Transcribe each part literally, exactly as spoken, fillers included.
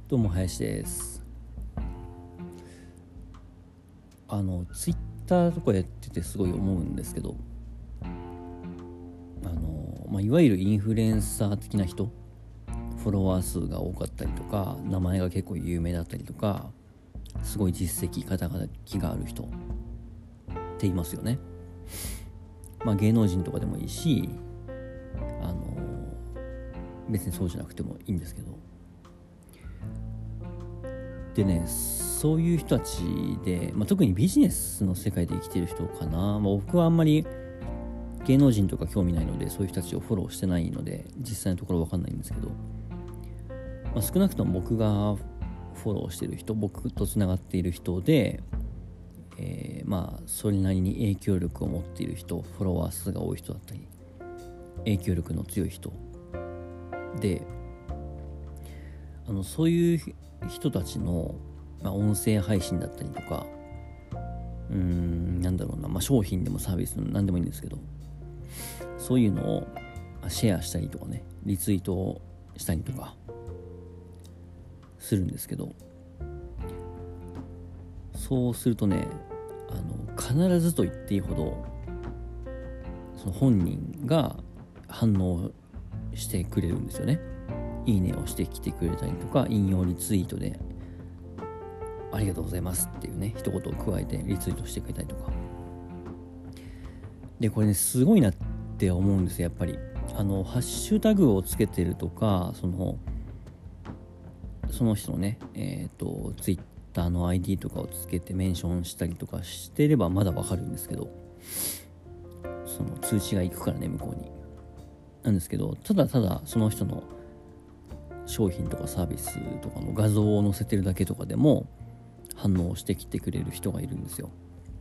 どうも林です。あのツイッターとかやっててすごい思うんですけど、あの、まあ、いわゆるインフルエンサー的な人、フォロワー数が多かったりとか、名前が結構有名だったりとか、すごい実績肩書きがある人って言いますよね。まあ芸能人とかでもいいし、あの別にそうじゃなくてもいいんですけど、でね、そういう人たちで、まあ、特にビジネスの世界で生きてる人かな、まあ、僕はあんまり芸能人とか興味ないので、そういう人たちをフォローしてないので実際のところ分かんないんですけど、まあ、少なくとも僕がフォローしてる人、僕とつながっている人で、えー、まあそれなりに影響力を持っている人、フォロワー数が多い人だったり影響力の強い人で、あのそういう人たちの、まあ、音声配信だったりとか、うーんなんだろうな、まあ、商品でもサービスでも何でもいいんですけど、そういうのをシェアしたりとかね、リツイートしたりとかするんですけど、そうするとね、あの必ずと言っていいほどその本人が反応してくれるんですよね。いいねをしてきてくれたりとか、引用リツイートでありがとうございますっていうね一言を加えてリツイートしてくれたりとかで、これねすごいなって思うんですよ。やっぱりあのハッシュタグをつけてるとか、そのその人のねえっ、ー、とツイッターの アイディー とかをつけてメンションしたりとかしてればまだわかるんですけど、その通知が行くからね向こうになんですけど、ただただその人の商品とかサービスとかの画像を載せてるだけとかでも反応してきてくれる人がいるんですよ。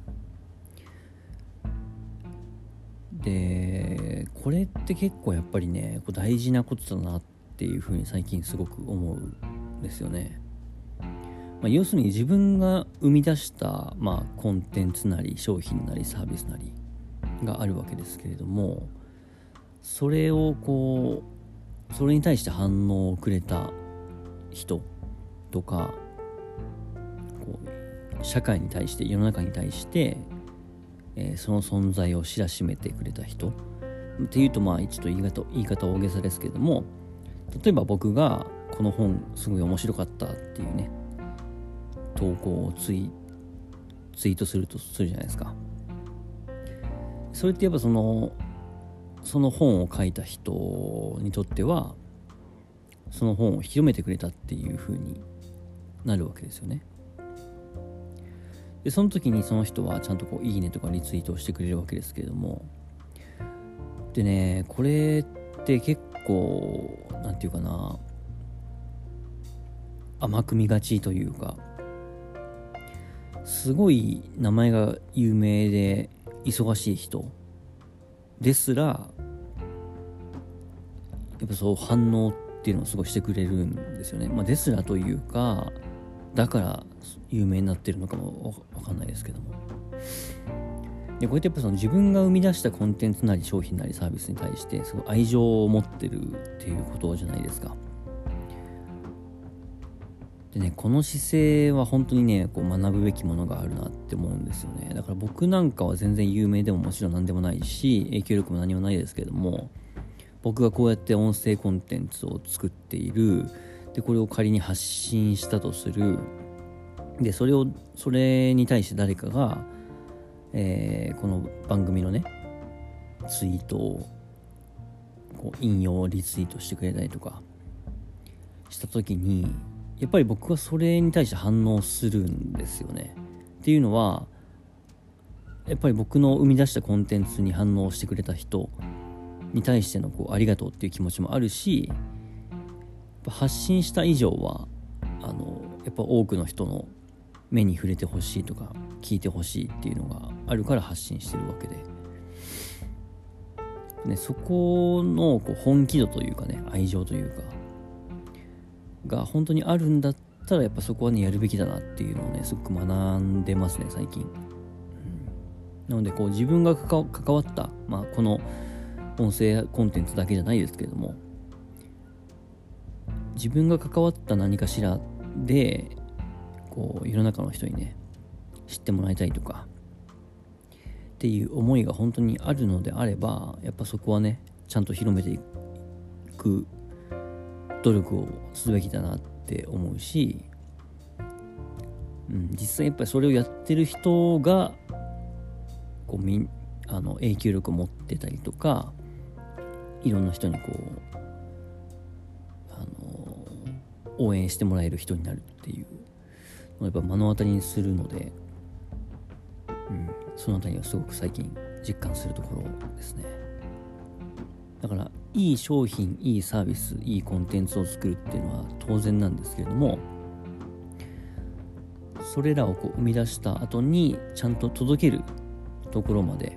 でこれって結構やっぱりね大事なことだなっていうふうに最近すごく思うんですよね。まあ、要するに自分が生み出した、まあ、コンテンツなり商品なりサービスなりがあるわけですけれども、それをこうそれに対して反応をくれた人とか、こう社会に対して世の中に対して、えー、その存在を知らしめてくれた人っていうと、まあちょっと言い方言い方大げさですけれども、例えば僕がこの本すごい面白かったっていうね投稿をツイ、ツイートするとするじゃないですか。それってやっぱそのその本を書いた人にとってはその本を広めてくれたっていう風になるわけですよね。でその時にその人はちゃんとこういいねとかリツイートをしてくれるわけですけれども、でねこれって結構なんていうかな、甘く見がちというか、すごい名前が有名で忙しい人ですらやっぱそう反応っていうのをすごいしてくれるんですよね。まあですらというか、だから有名になってるのかもわかんないですけども、でこうやってやっぱその自分が生み出したコンテンツなり商品なりサービスに対してすごい愛情を持ってるっていうことじゃないですか。でね、この姿勢は本当にねこう学ぶべきものがあるなって思うんですよね。だから僕なんかは全然有名でももちろん何でもないし影響力も何もないですけれども、僕がこうやって音声コンテンツを作っている、でこれを仮に発信したとする、でそれをそれに対して誰かが、えー、この番組のねツイートをこう引用リツイートしてくれたりとかした時に、やっぱり僕はそれに対して反応するんですよね。っていうのはやっぱり僕の生み出したコンテンツに反応してくれた人に対してのこうありがとうっていう気持ちもあるし、発信した以上はあのやっぱ多くの人の目に触れてほしいとか聞いてほしいっていうのがあるから発信してるわけで、ね、そこのこう本気度というかね、愛情というかが本当にあるんだったら、やっぱそこはねやるべきだなっていうのをねすごく学んでますね最近、うん、なのでこう自分が関わった、まあ、この音声コンテンツだけじゃないですけれども、自分が関わった何かしらっでこう世の中の人にね知ってもらいたいとかっていう思いが本当にあるのであれば、やっぱそこはねちゃんと広めていく努力をすべきだなって思うし、うん、実際やっぱりそれをやってる人がこうみんあの影響力を持ってたりとか、いろんな人にこうあの応援してもらえる人になるっていうのをやっぱ目の当たりにするので、うん、そのあたりはすごく最近実感するところですね。だからいい商品、いいサービス、いいコンテンツを作るっていうのは当然なんですけれども、それらをこう生み出した後にちゃんと届けるところまで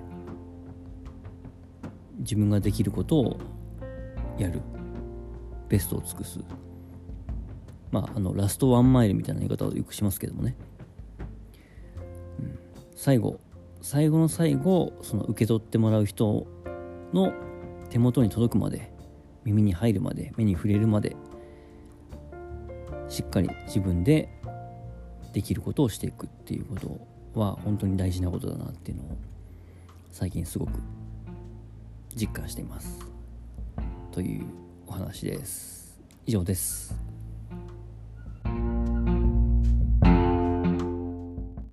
自分ができることをやる、ベストを尽くす、まああのラストワンマイルみたいな言い方をよくしますけどもね、うん、最後最後の最後その受け取ってもらう人の手元に届くまで、耳に入るまで、目に触れるまでしっかり自分でできることをしていくっていうことは本当に大事なことだなっていうのを最近すごく実感していますというお話です。以上です。